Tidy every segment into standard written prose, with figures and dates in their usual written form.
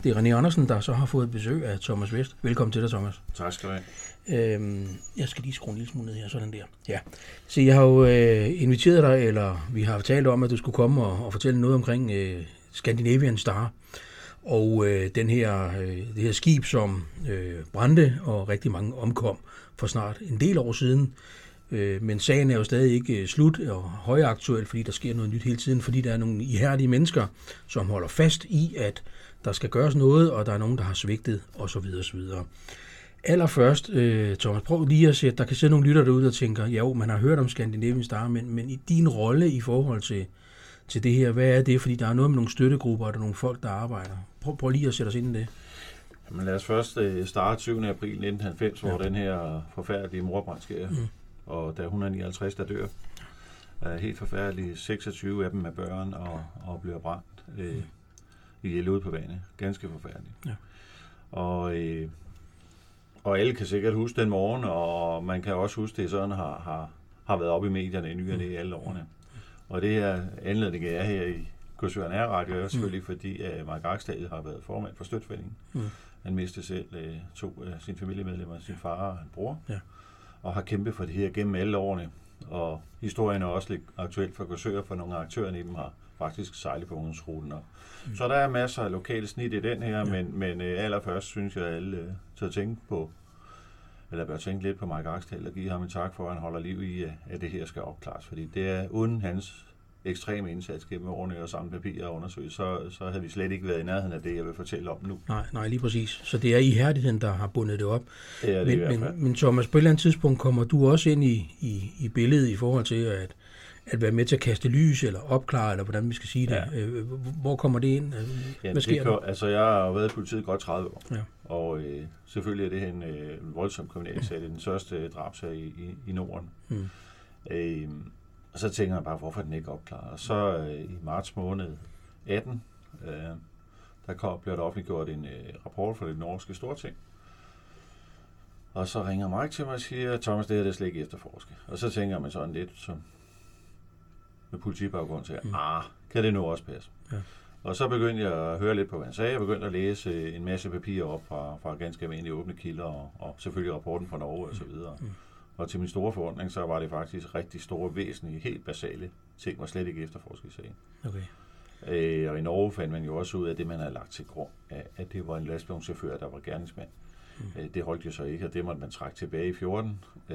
Det er René Andersen, der så har fået besøg af Thomas West. Velkommen til dig, Thomas. Tak skal du have. Jeg skal lige skrue en lille smule ned her, sådan der. Ja. Så jeg har jo inviteret dig, eller vi har talt om, at du skulle komme og fortælle noget omkring Scandinavian Star. Og det her skib, som brændte, og rigtig mange omkom for snart en del år siden. Men sagen er jo stadig ikke slut og højaktuel, fordi der sker noget nyt hele tiden, fordi der er nogle ihærdige mennesker, som holder fast i, at der skal gøres noget, og der er nogen, der har svigtet, osv. osv. Allerførst, Thomas, prøv lige at se, der kan sidde nogle lytter derude og tænker, jo, man har hørt om Scandinavian Star, men i din rolle i forhold til det her, hvad er det? Fordi der er noget med nogle støttegrupper, og der er nogle folk, der arbejder. Prøv lige at sætte os ind i det. Jamen lad os først starte 7. april 1990, hvor den her forfærdelige mordbrand sker. Og der er 159, der dør. Helt forfærdeligt. 26 af dem er børn og bliver brændt ihjel ude på vandet. Ganske forfærdeligt. Ja. Og alle kan sikkert huske den morgen, og man kan også huske, det sådan har været op i medierne i nyerne i alle årene. Og det her anledning er her i Korsør Radio er selvfølgelig, fordi Mark Axdal har været formand for Støtteforeningen. Han mistede selv to af sine familiemedlemmer, sin far og en bror, og har kæmpet for det her gennem alle årene. Og historien er også lidt aktuelt for Korsør, for nogle af aktørerne i dem har faktisk sejlet på ungdomsruten. Så der er masser af lokale snit i den her, men allerførst synes jeg, at alle bør tænke lidt på Mark Axdal og give ham en tak for, at han holder liv i, at det her skal opklares. Fordi det er uden hans ekstreme indsats gennem årene og samle papirer og undersøge, så havde vi slet ikke været i nærheden af det, jeg vil fortælle om nu. Nej, lige præcis. Så det er ihærdigheden, der har bundet det op. Det er det i hvert fald. Men Thomas, på et eller andet tidspunkt kommer du også ind i billedet i forhold til at være med til at kaste lys eller opklare, eller hvordan vi skal sige det. Ja. Hvor kommer det ind? Hvad sker der? Altså, jeg har været i politiet godt 30 år, og selvfølgelig er det en voldsom kriminalsag. Det er den største drabsag i Norden. Og så tænker jeg bare, hvorfor den ikke opklaret. Og så i marts måned 18, bliver der offentliggjort en rapport fra det norske Storting. Og så ringer Mike til mig og siger, Thomas, det her er slet ikke efterforsket. Og så tænker man sådan lidt som med politibaggrund til, kan det nu også passe? Ja. Og så begyndte jeg at høre lidt på, hvad han sagde. Jeg begyndte at læse en masse papirer op fra ganske almindelige åbne kilder, og selvfølgelig rapporten fra Norge og så videre. Og til min store forundring, så var det faktisk rigtig store, væsentlige, helt basale ting, var slet ikke efterforsket i sagen. Okay. Og i Norge fandt man jo også ud af det, man havde lagt til grund, at det var en lastvognschauffør, der var gerningsmand. Det holdt jo så ikke, og det måtte man trække tilbage i 14.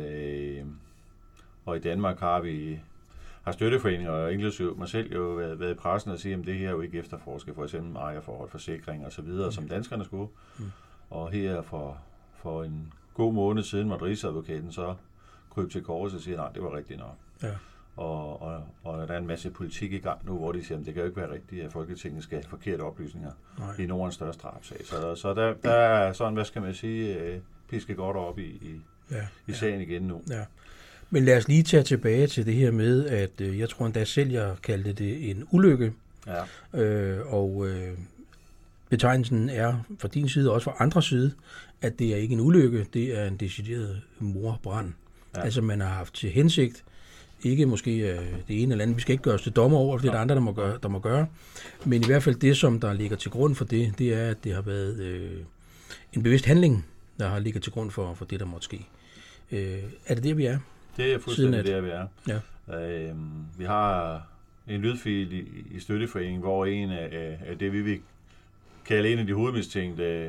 Og i Danmark har Støtteforeninger og inklusive mig selv jo været i pressen og sige, at det her er jo ikke efterforsket, for eksempel ejerforhold, forsikring og så videre, som danskerne skulle. Og her for en god måned siden måtte Rigsadvokaten så krybe til kors og sige, nej, det var rigtigt nok. Ja. Og der er en masse politik i gang nu, hvor de siger, at det kan jo ikke være rigtigt, at Folketinget skal have forkerte oplysninger i Nordens største drabsag. Så der er sådan, hvad skal man sige, pisket godt op i sagen igen nu. Ja. Men lad os lige tage tilbage til det her med, at jeg tror endda selv, jeg kaldte det en ulykke. Ja. Betegnelsen er fra din side og også fra andre side, at det er ikke en ulykke, det er en decideret mordbrand. Ja. Altså man har haft til hensigt, ikke måske det ene eller andet, vi skal ikke gøre os til dommer over, for det er der andre, der må gøre. Men i hvert fald det, som der ligger til grund for det er, at det har været en bevidst handling, der har ligget til grund for det, der måtte ske. Er det det, vi er? Det er fuldstændig det, vi er. Ja. Vi har en lydfil i Støtteforeningen, hvor en af det, vi vil kalde en af de hovedmistænkte,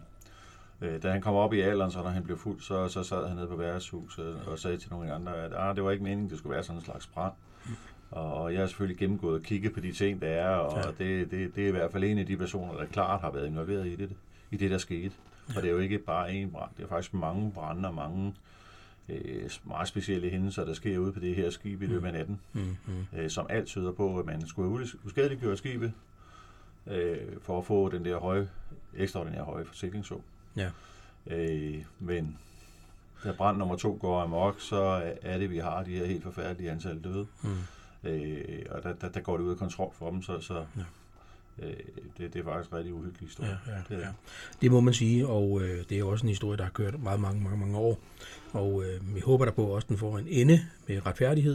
da han kom op i alderen, så når han blev fuld, så sad han nede på værtshuset og sagde til nogle andre, at det var ikke meningen, det skulle være sådan en slags brand. Og jeg har selvfølgelig gennemgået og kigget på de ting, der er, og det er i hvert fald en af de personer, der klart har været involveret i det der skete. Ja. Og det er jo ikke bare én brand, det er faktisk mange brande og mange meget specielle hændelser, der sker ude på det her skib i løbet af natten, som alt tyder på, at man skulle uskadeliggjøre skibet for at få den der ekstraordinære høje forsikringssum. Ja. Men da brand nummer 2 går amok, så er det, vi har de her helt forfærdelige antal døde. Og der går det ud af kontrol for dem, så det er faktisk rigtig uhyggelig historie. Ja. Det må man sige, og det er jo også en historie, der har kørt meget, mange år. Og vi håber der på også, den får en ende med retfærdighed.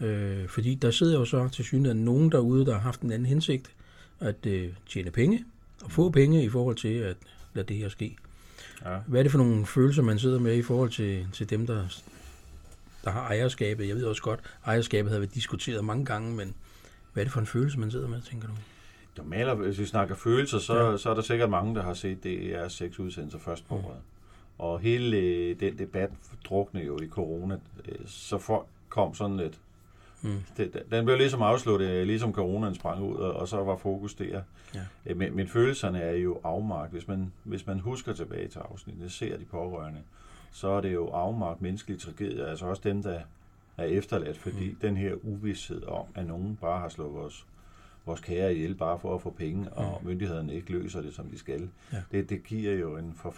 Fordi der sidder jo så til synligheden nogen derude, der har haft en anden hensigt, at tjene penge få penge i forhold til at lade det her ske. Ja. Hvad er det for nogle følelser, man sidder med i forhold til dem, der har ejerskabet? Jeg ved også godt, ejerskabet har været diskuteret mange gange, men hvad er det for en følelse, man sidder med, tænker du? Hvis vi snakker følelser, så er der sikkert mange, der har set det er 6 udsendelser først på året. Og hele den debat druknede jo i corona, så kom sådan lidt. Den blev ligesom afsluttet, ligesom coronaen sprang ud, og så var fokus der. Ja. Men følelserne er jo afmagt. Hvis man husker tilbage til afsnittet, ser de pårørende, så er det jo afmagt menneskelig tragedie, altså også dem, der er efterladt, fordi den her uvished om, at nogen bare har slået vores kære ihjel bare for at få penge, og myndighederne ikke løser det, som de skal. Ja. Det giver jo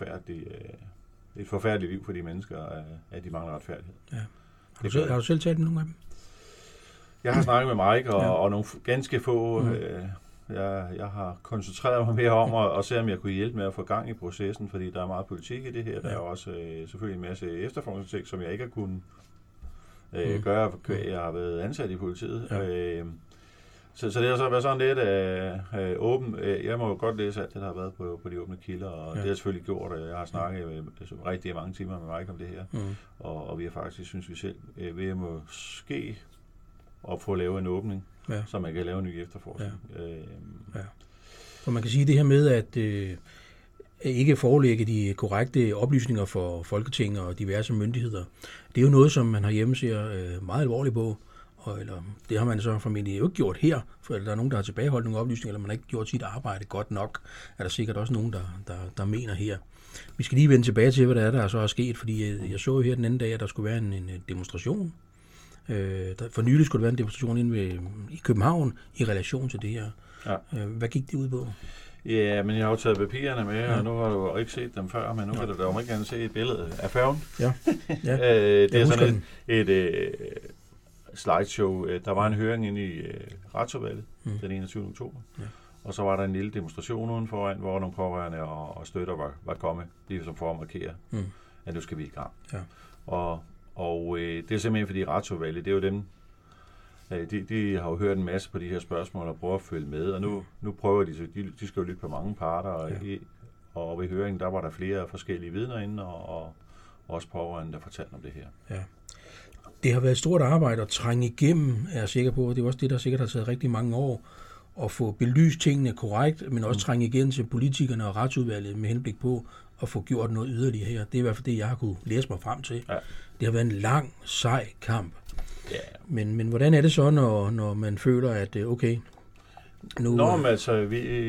et forfærdeligt liv for de mennesker, at de mangler retfærdighed. Ja. Har du selv talt med nogle af dem? Jeg har snakket med Mike og nogle ganske få. Jeg har koncentreret mig mere om at se, om jeg kunne hjælpe med at få gang i processen, fordi der er meget politik i det her. Der er også selvfølgelig en masse efterforskningsting, som jeg ikke har kunnet gøre, jeg har været ansat i politiet. Ja. Så det har så været sådan lidt åben. Jeg må jo godt læse alt det, der har været på de åbne kilder, og det har jeg selvfølgelig gjort. Jeg har snakket rigtig mange timer med Mike om det her, og vi har faktisk, synes vi selv, ved at måske at få lavet en åbning, så man kan lave en ny efterforskning. Ja. Og man kan sige det her med, at ikke forelægge de korrekte oplysninger for Folketinget og diverse myndigheder. Det er jo noget, som man har hjemme ser meget alvorligt på, eller det har man så formentlig jo ikke gjort her, for der er nogen, der har tilbageholdt nogle oplysninger, eller man har ikke gjort sit arbejde godt nok, er der sikkert også nogen, der mener her. Vi skal lige vende tilbage til, hvad der så er sket, fordi jeg så jo her den anden dag, at der skulle være en demonstration. For nylig skulle der være en demonstration inde i København i relation til det her. Ja. Hvad gik det ud på? Ja, men jeg har jo taget papirerne med, og nu har du ikke set dem før, men nu kan du da jo ikke gerne se et billede af færgen. Ja. Det er sådan et slideshow. Der var en høring inde i Retsudvalget den 21. oktober, og så var der en lille demonstration udenforan, hvor nogle pårørende og støtter var kommet, lige som for at markere, at nu skal vi i gang. Ja. Og det er simpelthen fordi Retsudvalget, det er jo dem, de har jo hørt en masse på de her spørgsmål og prøver at følge med, og nu prøver de skal jo lytte på mange parter, og ved høringen, der var der flere forskellige vidner inde, og også pårørende, der fortalte om det her. Ja. Det har været et stort arbejde at trænge igennem, er jeg sikker på. Det er også det, der sikkert har taget rigtig mange år, at få belyst tingene korrekt, men også trænge igennem til politikerne og Retsudvalget med henblik på at få gjort noget yderligere her. Det er i hvert fald det, jeg har kunne læse mig frem til. Ja. Det har været en lang, sej kamp. Ja. Men hvordan er det så, når man føler, at okay, nu... Nå, men altså,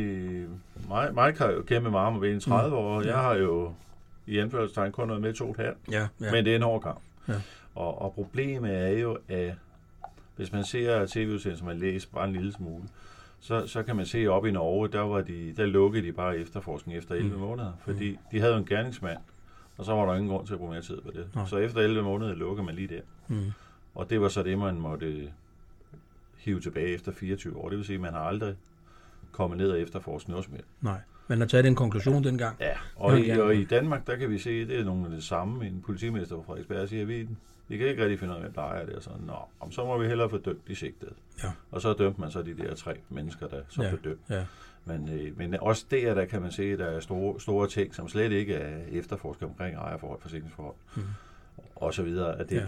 Mike har jo kæmpet med arm og ben i 30 år, jeg har jo i anførselstegn kun noget med 2,5. Ja. Men det er en hård kamp. Ja. Og problemet er jo, at hvis man ser tv-udsendelser, som man læser bare en lille smule, så kan man se op i Norge, der lukkede de bare efterforskning efter 11 måneder, fordi de havde jo en gerningsmand, og så var der ingen grund til at bruge mere tid på det. Så efter 11 måneder lukker man lige der. Og det var så det, man måtte hive tilbage efter 24 år. Det vil sige, at man har aldrig kommet ned og efterforsket også mere. Nej, man har taget den konklusion dengang. Ja, og i Danmark, der kan vi se, at det er nogle af det samme. En politimester fra Frederiksberg siger, at vi kan ikke rigtig finde ud af, hvem der ejer det. Og sådan, så må vi hellere få dømt de sigtede. Ja. Og så dømte man så de der 3 mennesker, der så blev dømt. Ja. Men også der kan man se, at der er store ting, som slet ikke er efterforsket omkring ejerforhold, forsikringsforhold og så videre. At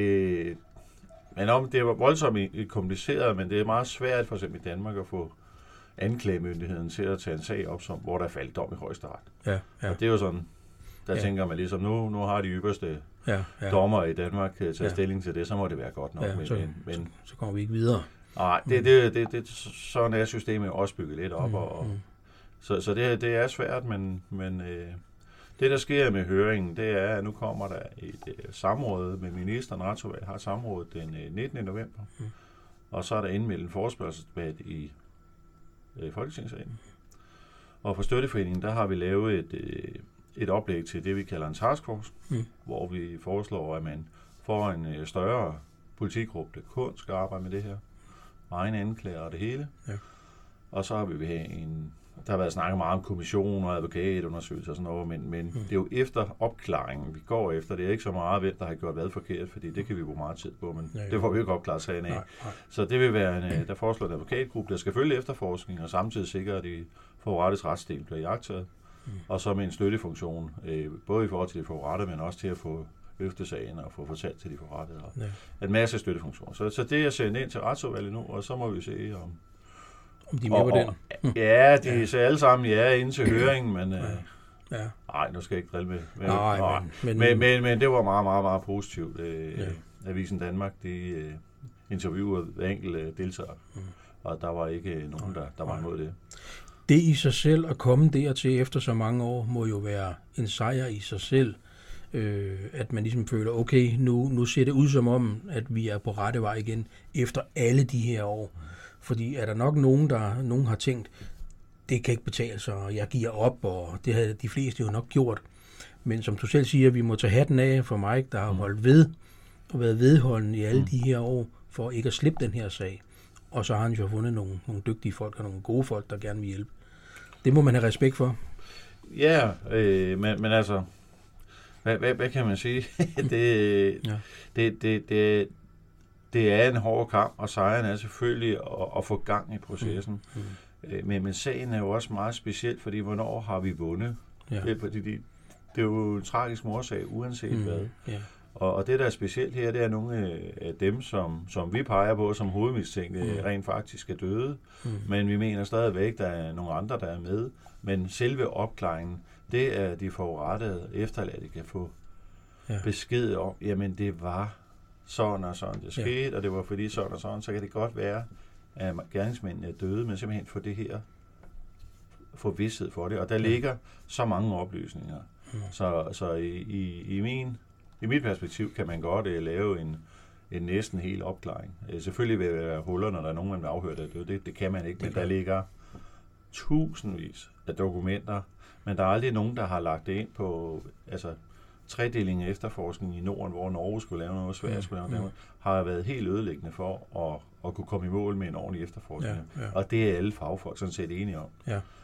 det er voldsomt kompliceret, men det er meget svært for eksempel i Danmark at få anklagemyndigheden til at tage en sag op, hvor der er faldt dom i højesteret. Ja. Og det er jo sådan, der tænker man ligesom, nu har de ypperste dommer i Danmark taget stilling til det, så må det være godt nok. Ja, så kommer vi ikke videre. Nej, sådan er systemet også bygget lidt op. Så det er svært, men det, der sker med høringen, det er, at nu kommer der et samråd med ministeren. Retsudvalget har samrådet den 19. november, og så er der indmeldt en forespørgselsdebat i Folketingssalen. Og for Støtteforeningen, der har vi lavet et oplæg til det, vi kalder en taskforce, hvor vi foreslår, at man får en større politigruppe, der kun skal arbejde med det her. Egen anklager og det hele. Ja. Og så har vi der har været snakket meget om kommission og advokatundersøgelser og sådan noget, men det er jo efter opklaringen, vi går efter. Det er ikke så meget, hvem der har gjort hvad forkert, fordi det kan vi bruge meget tid på, men det får vi jo ikke opklaret sagen af. Nej. Så det vil være der foreslår en advokatgruppe, der skal følge efterforskning og samtidig sikre, at de forurettes retsdel bliver iagttaget, og så med en støttefunktion, både i forhold til de forurettede, men også til at få løfte sagen og få fortalt til de forurettede. En masse støttefunktioner. Så det er sendt ind til retsudvalget nu, og så må vi se, om de er med på den. Ja, de ser alle sammen ind til høringen, men... Nej, nu skal jeg ikke drille med. Men det var meget, meget, meget positivt. Avisen Danmark, de interviewede hver enkelt deltager, og der var ikke nogen, der var imod det. Det i sig selv at komme dertil efter så mange år, må jo være en sejr i sig selv, at man ligesom føler, okay, nu ser det ud som om, at vi er på rette vej igen, efter alle de her år. Fordi er der nok nogen har tænkt, det kan ikke betale sig, og jeg giver op, og det havde de fleste jo nok gjort. Men som du selv siger, vi må tage hatten af for Mike, der har holdt ved, og været vedholden i alle de her år, for ikke at slippe den her sag. Og så har han jo fundet nogle dygtige folk, og nogle gode folk, der gerne vil hjælpe. Det må man have respekt for. Ja, men altså, hvad kan man sige? Det er en hård kamp, og sejren er selvfølgelig at få gang i processen. Men sagen er jo også meget speciel, fordi hvornår har vi vundet? Ja. Det er jo en tragisk morsag, uanset hvad. Ja. Og det, der er specielt her, det er nogle af dem, som vi peger på som hovedmistænkte, rent faktisk er døde. Men vi mener stadigvæk, der er nogle andre, der er med. Men selve opklaringen, det er de forurettede efterladte kan få besked om, jamen det var sådan og sådan, det skete, og det var fordi sådan og sådan, så kan det godt være, at gerningsmændene er døde, men simpelthen for det her, få vished for det. Og der ligger så mange oplysninger. Så i mit perspektiv kan man godt lave en næsten hel opklaring. Selvfølgelig vil der være huller, når der er nogen, man vil afhøre, der er døde. Det kan man ikke, men der ligger tusindvis af dokumenter, men der er aldrig nogen, der har lagt det ind på, altså tredeling af efterforskning i Norden, hvor Norge skulle lave noget, Sverige skulle lave noget, har været helt ødelæggende for at kunne komme i mål med en ordentlig efterforskning. Og det er alle fagfolk sådan set enige om.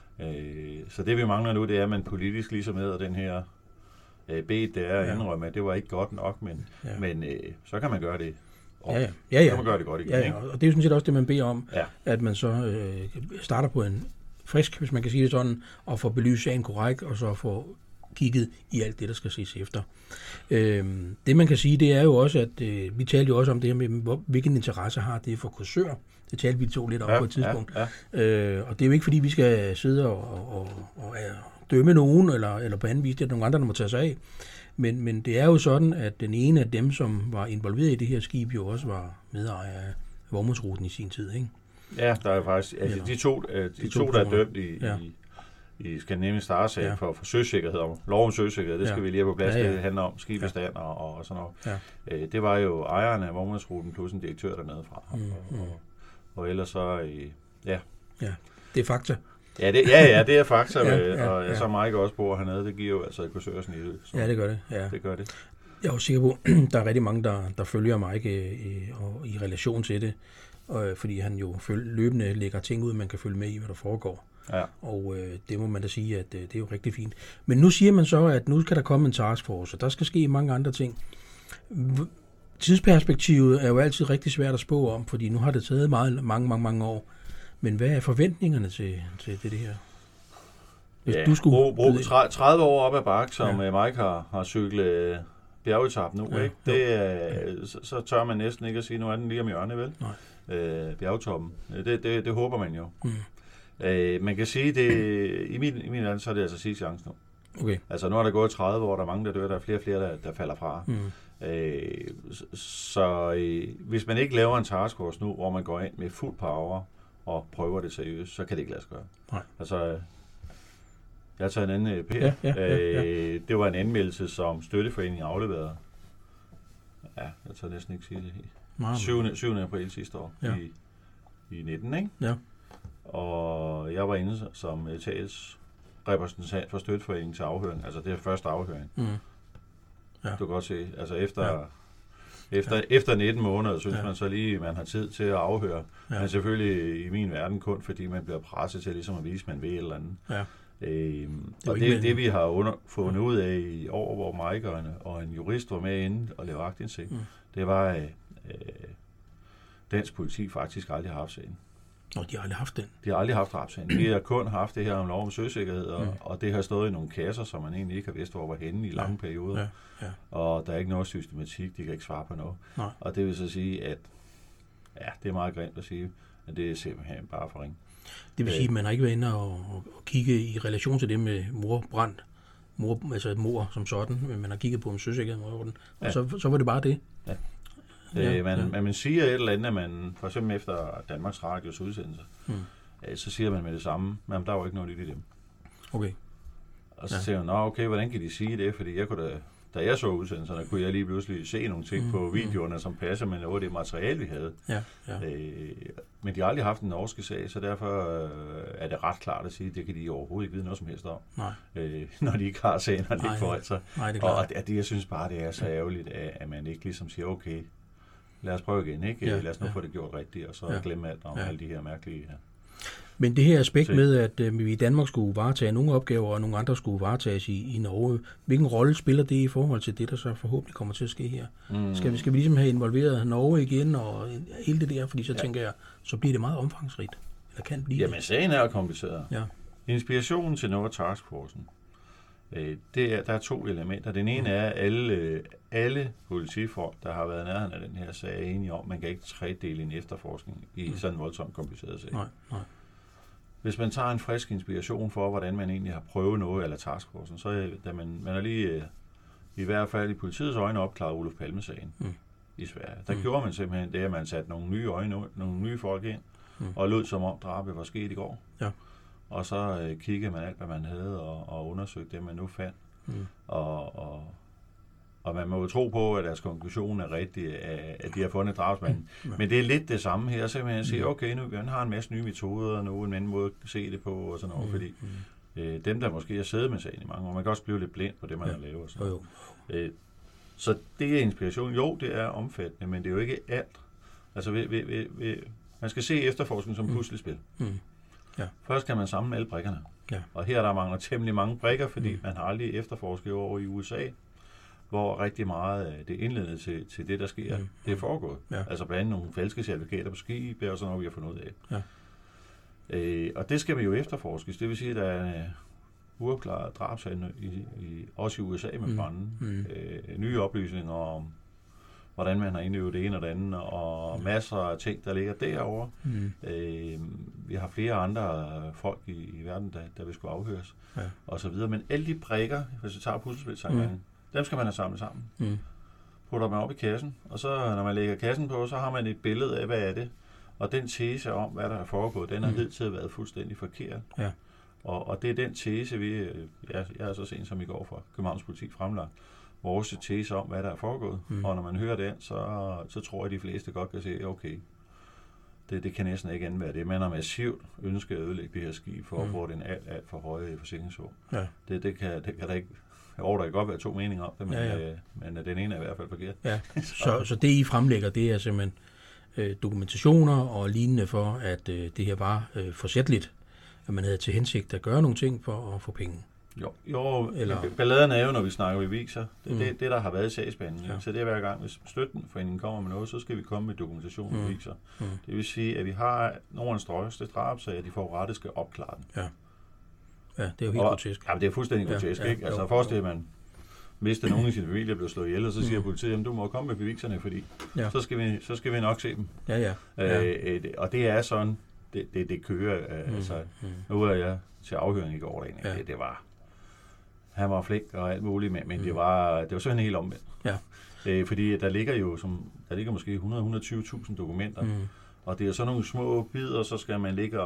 Så det vi mangler nu, det er, at man politisk ligesom med den her bedt, det er at indrømme, at det var ikke godt nok, men så kan man gøre det. Så kan man gøre det godt igen. Og det er jo sådan set også det, man beder om, at man så starter på en frisk, hvis man kan sige det sådan, og får belyst sagen korrekt, og så får kigget i alt det, der skal ses efter. Det man kan sige, det er jo også, at vi talte jo også om det her med, hvilken interesse har det for kursør. Det talte vi to lidt om på et tidspunkt. Og det er jo ikke, fordi vi skal sidde og dømme nogen, eller på anden vis, det er nogle andre, der må tage sig af. Men det er jo sådan, at den ene af dem, som var involveret i det her skib, jo også var medejer af Vormundsruten i sin tid, ikke? Ja, der er faktisk, altså de to der er dømt i Scandinavian Star-sagen for søsikkerhed, om lov om søsikkerhed, det skal vi lige have på plads, det handler om skibbestand og sådan noget. Det var jo ejeren af Vormundsruten plus en direktør dernede fra. Og ellers så, det er fakta. Det er fakta, og så Mike også bor hernede, det giver jo altså et kursørsnit. Ja, det gør det. Ja. Det gør det. Jeg er jo sikker på, der er rigtig mange, der følger Mike i relation til det, fordi han jo løbende lægger ting ud, man kan følge med i, hvad der foregår. Ja. Og det må man da sige, at det er jo rigtig fint. Men nu siger man så, at nu skal der komme en taskforce, og der skal ske mange andre ting. Tidsperspektivet er jo altid rigtig svært at spå om, fordi nu har det taget mange år. Men hvad er forventningerne til det her? Hvis du skulle bruge 30 år op ad bakke, som Mike har cyklet bjergetap nu, ikke? Så tør man næsten ikke at sige, nu er den lige om hjørnet, vel? Bjergetoppen. Det håber man jo. Man kan sige, det i min verden, så er det altså sidste chance nu. Okay. Altså nu er der gået 30 år, der er mange, der dør, der er flere, der falder fra. Så hvis man ikke laver en taskforce nu, hvor man går ind med fuld power og prøver det seriøst, så kan det ikke lade sig gøre. Nej. Altså, jeg har taget en anden PR. Det var en anmeldelse, som Støtteforeningen afleverede. Ja, jeg tør næsten ikke sige det. 7. april sidste år i 19, ikke? Ja. Og jeg var inde som talsrepræsentant for Støtteforeningen til afhøring. Altså det er første afhøring. Du kan godt se, altså efter 19 måneder, synes man så lige, man har tid til at afhøre. Men selvfølgelig i min verden kun, fordi man bliver presset til ligesom at vise, man ved et eller andet. Ja. Og det vi har fundet ud af i år, hvor Mike og en jurist var med inde og lavede aktindsigt, det var, at dansk politi faktisk aldrig har haft sagen. Og de har aldrig haft den? De har aldrig haft drabssagen. De har kun haft det her om lov om søsikkerhed, og det har stået i nogle kasser, som man egentlig ikke har vidst, hvor var henne i lange perioder. Ja. Og der er ikke noget systematik, de kan ikke svare på noget. Nej. Og det vil så sige, at det er meget grimt at sige, at det er simpelthen bare for ringe. Det vil sige, at man har ikke været inde og kigge i relation til det med morbrand, altså mor som sådan, men man har kigget på en søsikkerhed, og så var det bare det. Ja. Man siger et eller andet, at man, for eksempel efter Danmarks Radios udsendelse, så siger man med det samme, men der var ikke noget i dem. Okay. Og så siger man, okay, hvordan kan de sige det? Fordi jeg kunne da jeg så udsendelserne, kunne jeg lige pludselig se nogle ting på videoerne, som passer med noget af det materiale, vi havde. Ja. Men de har aldrig haft en norske sag, så derfor er det ret klart at sige, at det kan de overhovedet ikke vide noget som helst om. Når de ikke har sagen, og de ikke får sig. Og det, jeg synes bare, det er så ærgerligt, at man ikke ligesom siger, okay, lad os prøve igen, ikke? Lad os nu få det gjort rigtigt, og så glemme alt om alle de her mærkelige her. Men det her aspekt med, at vi i Danmark skulle varetage nogle opgaver, og nogle andre skulle varetages i Norge, hvilken rolle spiller det i forhold til det, der så forhåbentlig kommer til at ske her? Skal vi ligesom have involveret Norge igen, og hele det der, fordi så tænker jeg, så bliver det meget omfangsrigt, eller kan blive. Jamen, sagen er kompliceret. Ja. Inspirationen til Norge Taskforcen, der er 2 elementer. Den ene er, alle politifolk, der har været nærheden af den her sag, er enige om, man kan ikke tredele en efterforskning i sådan en voldsomt kompliceret sag. Nej. Hvis man tager en frisk inspiration for, hvordan man egentlig har prøvet noget eller taskforcen, så da man er lige i hvert fald i politiets øjne opklaret Olof Palme-sagen i Sverige. Der gjorde man simpelthen det, at man satte nogle nye folk ind, og lød som om drabet var sket i går. Ja. Og så kiggede man alt, hvad man havde, og undersøgte det, man nu fandt. Og man må jo tro på, at deres konklusion er rigtig, at de har fundet drabsmanden. Men det er lidt det samme her, simpelthen at sige, okay, nu har en masse nye metoder, nu en anden måde at se det på, og sådan noget, fordi dem, der måske har siddet med sagen i mange år, man kan også blive lidt blind på det, man har lavet. Så det er inspiration. Jo, det er omfattende, men det er jo ikke alt. Altså, man skal se efterforskning som puslespil. Ja. Først kan man samle alle brikkerne. Ja. Og her der mangler temmelig mange brikker, fordi man har aldrig efterforsket over i USA, hvor rigtig meget af det indledende til det, der sker, det er foregået. Ja. Altså blandt andet nogle falske certifikater på skib, og sådan noget, vi har fundet ud af. Ja. Og det skal vi jo efterforskes. Det vil sige, at der er uopklaret drabssager også i USA med branden. Nye oplysninger om, hvordan man har indøvet det ene og det andet, og masser af ting, der ligger derovre. Vi har flere andre folk i verden, der vil skulle afhøres, og så videre. Men alle de brikker, hvis vi tager puslespilsangringen, dem skal man have samlet sammen. Putter man op i kassen, og så når man lægger kassen på, så har man et billede af, hvad er det. Og den tese om, hvad der er foregået, den har hidtil været fuldstændig forkert. Ja. Og det er den tese, jeg er så sent som i går for Københavns Politi fremlagt, vores tese om, hvad der er foregået. Og når man hører den, så tror jeg, de fleste godt kan se, okay, det kan næsten ikke andet være det. Man har massivt ønsket at ødelægge det her skib for at få den alt for høje forsikringssum. Ja. Det kan der ikke. Der kan godt være 2 meninger om det, men den ene er i hvert fald forkert. Ja. Så det, I fremlægger, det er simpelthen dokumentationer og lignende for, at det her var forsætligt, at man havde til hensigt at gøre nogle ting for at få penge. Jo, balladen er jo, når vi snakker beviser. Det der har været i sagsbehandlingen. Ja. Så det er hver gang, hvis støtteforeningen kommer med noget, så skal vi komme med dokumentation og beviser. Det vil sige, at vi har Nordens største drabsag, at de forurettede skal opklare den. Ja. Ja, det er jo helt grotesk. Ja, det er fuldstændig grotesk, ikke? Altså forestil at man mister nogen i sin familie, bliver slået ihjel, og så siger politiet, at du må komme med beviserne, fordi så skal vi nok se dem. Ja. Og det er sådan, det kører. Altså, nu er jeg til afhøring i går, det var, han var flink og alt muligt, men det var sådan helt omvendt. Ja. Fordi der ligger måske 100-120.000 dokumenter, og det er sådan nogle små bidder, så skal man ligge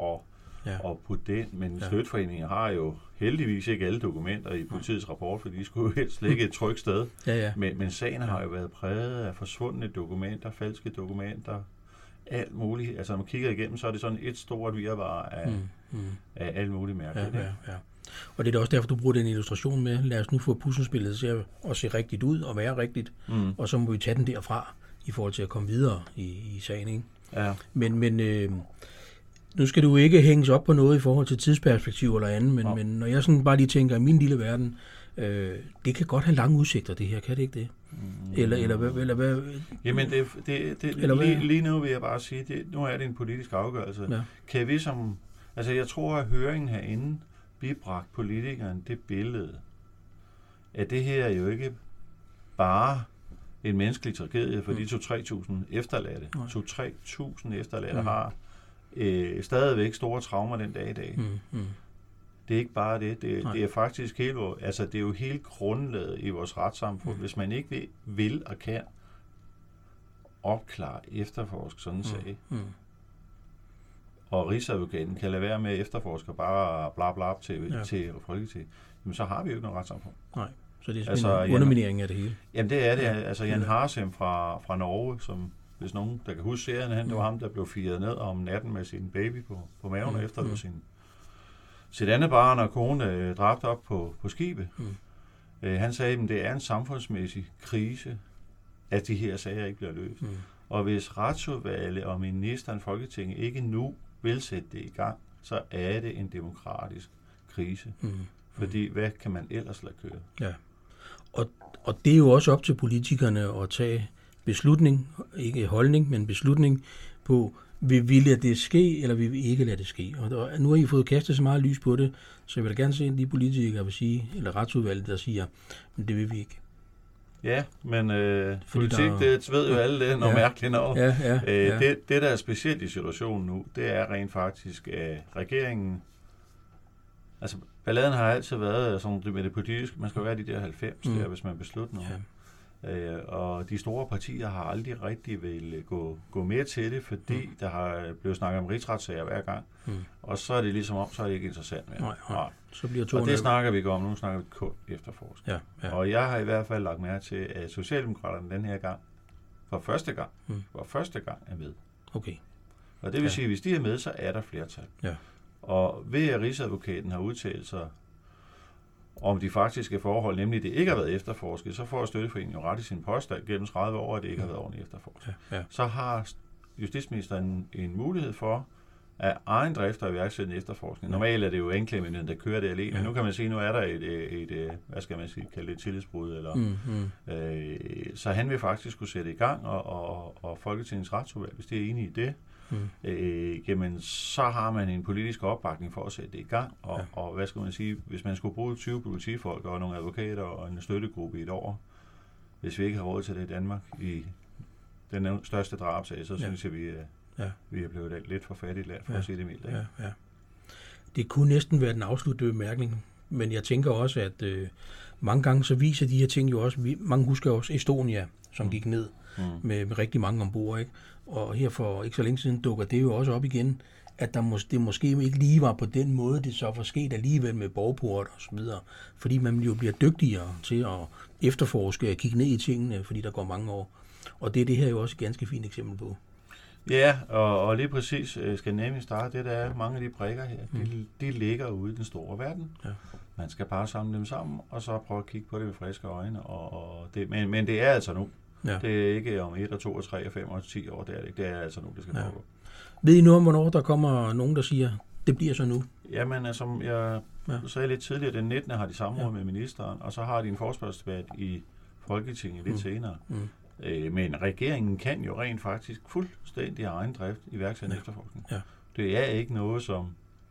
og putte det, men støtteforeningen har jo heldigvis ikke alle dokumenter i politiets rapport, for de skulle jo helst ligge et trygt sted. Men sagen har jo været præget af forsvundne dokumenter, falske dokumenter, alt muligt. Altså når man kigger igennem, så er det sådan et stort virvar af alt muligt mærkeligt. Ja. Og det er også derfor, du bruger den illustration med, lad os nu få puslespillet til at se rigtigt ud og være rigtigt, og så må vi tage den derfra i forhold til at komme videre i sagen, ikke? Ja. Men nu skal du ikke hænges op på noget i forhold til tidsperspektiv eller andet, men når jeg sådan bare lige tænker i min lille verden, Det kan godt have lange udsigter, det her, kan det ikke det? Eller hvad? Jamen, lige nu vil jeg bare sige, nu er det en politisk afgørelse. Ja. Kan vi som... Altså, jeg tror, at høringen herinde bibragt politikeren det billede, at det her er jo ikke bare en menneskelig tragedie for de 2-3.000 efterladte. 2-3.000 efterladte har stadigvæk store traumer den dag i dag. Det er ikke bare det. Det er faktisk det er jo helt grundlaget i vores retssamfund. Hvis man ikke vil og kan opklare efterforske sådan en sag, og Rigsadvokaten kan lade være med at efterforske bare bla bla til Folketinget, jamen så har vi jo ikke noget retssamfund. Nej, så det er en underminering af det hele. Jamen det er det. Altså Jan Harsem fra Norge, som hvis nogen der kan huske serien, det var ham, der blev firet ned om natten med sin baby på maven, og efterlod sit andet barn og kone dræbt op på skibet. Han sagde, at det er en samfundsmæssig krise, at de her sager ikke bliver løst. Og hvis retsudvalget og ministeren, Folketinget, ikke nu vil sætte det i gang, så er det en demokratisk krise. Fordi hvad kan man ellers lade køre? Ja. Og det er jo også op til politikerne at tage beslutning, ikke holdning, men beslutning på, vil vi lade det ske, eller vil vi ikke lade det ske? Og nu har I fået kastet så meget lys på det, så jeg vil da gerne se de politikere vil sige, eller retsudvalget, der siger, men det vil vi ikke. Ja, men politik, det ved jo alle det, når mærkeligt når. Det, der er specielt i situationen nu, det er rent faktisk, at regeringen, altså balladen har altid været sådan med det politiske, man skal være de der 90, der, hvis man beslutter noget. Og de store partier har aldrig rigtig vil gå med til det, fordi der har blevet snakket om rigsretssager hver gang. Og så er det ligesom om, så er det ikke interessant mere. Nej. Så bliver og det snakker vi ikke om. Nu snakker vi kun efterforskning. Og jeg har i hvert fald lagt mærke til, at Socialdemokraterne den her gang, for første gang er med. Okay. Og det vil sige, at hvis de er med, så er der flertal. Ja. Og ved at Rigsadvokaten har udtalt sig om de faktiske forhold, nemlig det ikke har været efterforsket, så får Støtteforeningen jo ret i sin påstand gennem 30 år, at det ikke har været ordentligt efterforsket. Så har justitsministeren en mulighed for at egen drift og iværksætte en efterforskning. Normalt er det jo anklagemyndigheden, der kører det alene, men nu kan man sige, nu er der et hvad skal man sige, kalde det et tillidsbrud, eller så han vil faktisk kunne sætte i gang, og Folketingets retsudvalg, hvis det er enige i det, jamen så har man en politisk opbakning for at sætte det i gang, og hvad skal man sige, hvis man skulle bruge 20 politifolk og nogle advokater og en støttegruppe i et år, hvis vi ikke har råd til det i Danmark i den største drabsag, så synes jeg, vi er blevet lidt for fattigt land, for at sige det mildt. Ja. Det kunne næsten være den afsluttende bemærkning, men jeg tænker også, at mange gange så viser de her ting jo også, mange husker også Estonia, som gik ned med rigtig mange ombord, ikke? Og her for ikke så længe siden dukker det jo også op igen, at det måske ikke lige var på den måde, det så var sket alligevel med borgport og så videre, fordi man jo bliver dygtigere til at efterforske og kigge ned i tingene, fordi der går mange år. Og det er det her jo også et ganske fint eksempel på. Ja, og lige præcis Scandinavian Star, det der er mange af de prikker her, de ligger ude i den store verden. Ja. Man skal bare samle dem sammen, og så prøve at kigge på det med friske øjne. Men det er altså nu. Ja. Det er ikke om 1, 2, 3, 5 og 10 år, det er det ikke. Det er altså nu, det skal foregå. Ved I nu om, hvornår der kommer nogen, der siger, det bliver så nu? Jamen, som jeg sagde lidt tidligere, den 19. har de samråd med ministeren, og så har de en forespørgselsdebat i Folketinget lidt senere. Men regeringen kan jo rent faktisk fuldstændig af egen drift iværksætte efterforskning. Ja. Det er ikke noget, som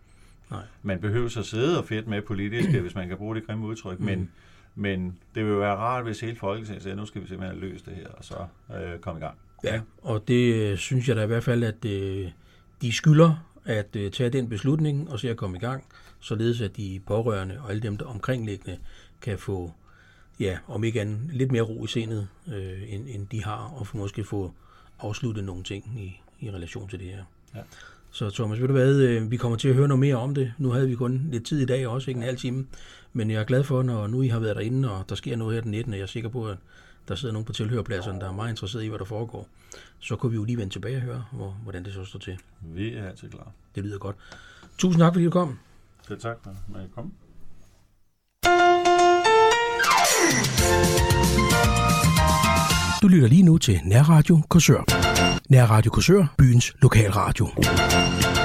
man behøver at sidde og fedt med politisk, hvis man kan bruge det grimme udtryk, men det vil være rart, hvis hele Folketinget siger, nu skal vi simpelthen løse det her, og så komme i gang. Ja, og det synes jeg da i hvert fald, at de skylder at tage den beslutning og se at komme i gang, således at de pårørende og alle dem, der omkringliggende, kan få, om ikke andet, lidt mere ro i sindet, end de har, og måske få afsluttet nogle ting i relation til det her. Ja. Så Thomas, ved du hvad, vi kommer til at høre noget mere om det. Nu havde vi kun lidt tid i dag også, ikke en halv time, men jeg er glad for, når nu I har været derinde, og der sker noget her den 19. Jeg er sikker på, at der sidder nogen på tilhørpladserne, der er meget interesseret i, hvad der foregår. Så kunne vi jo lige vende tilbage og høre, hvordan det så står til. Vi er altid klar. Det lyder godt. Tusind tak, fordi du kom. Selv tak, for at I kom. Du lytter lige nu til Nærradio Korsør. Nærradio Korsør, byens lokalradio.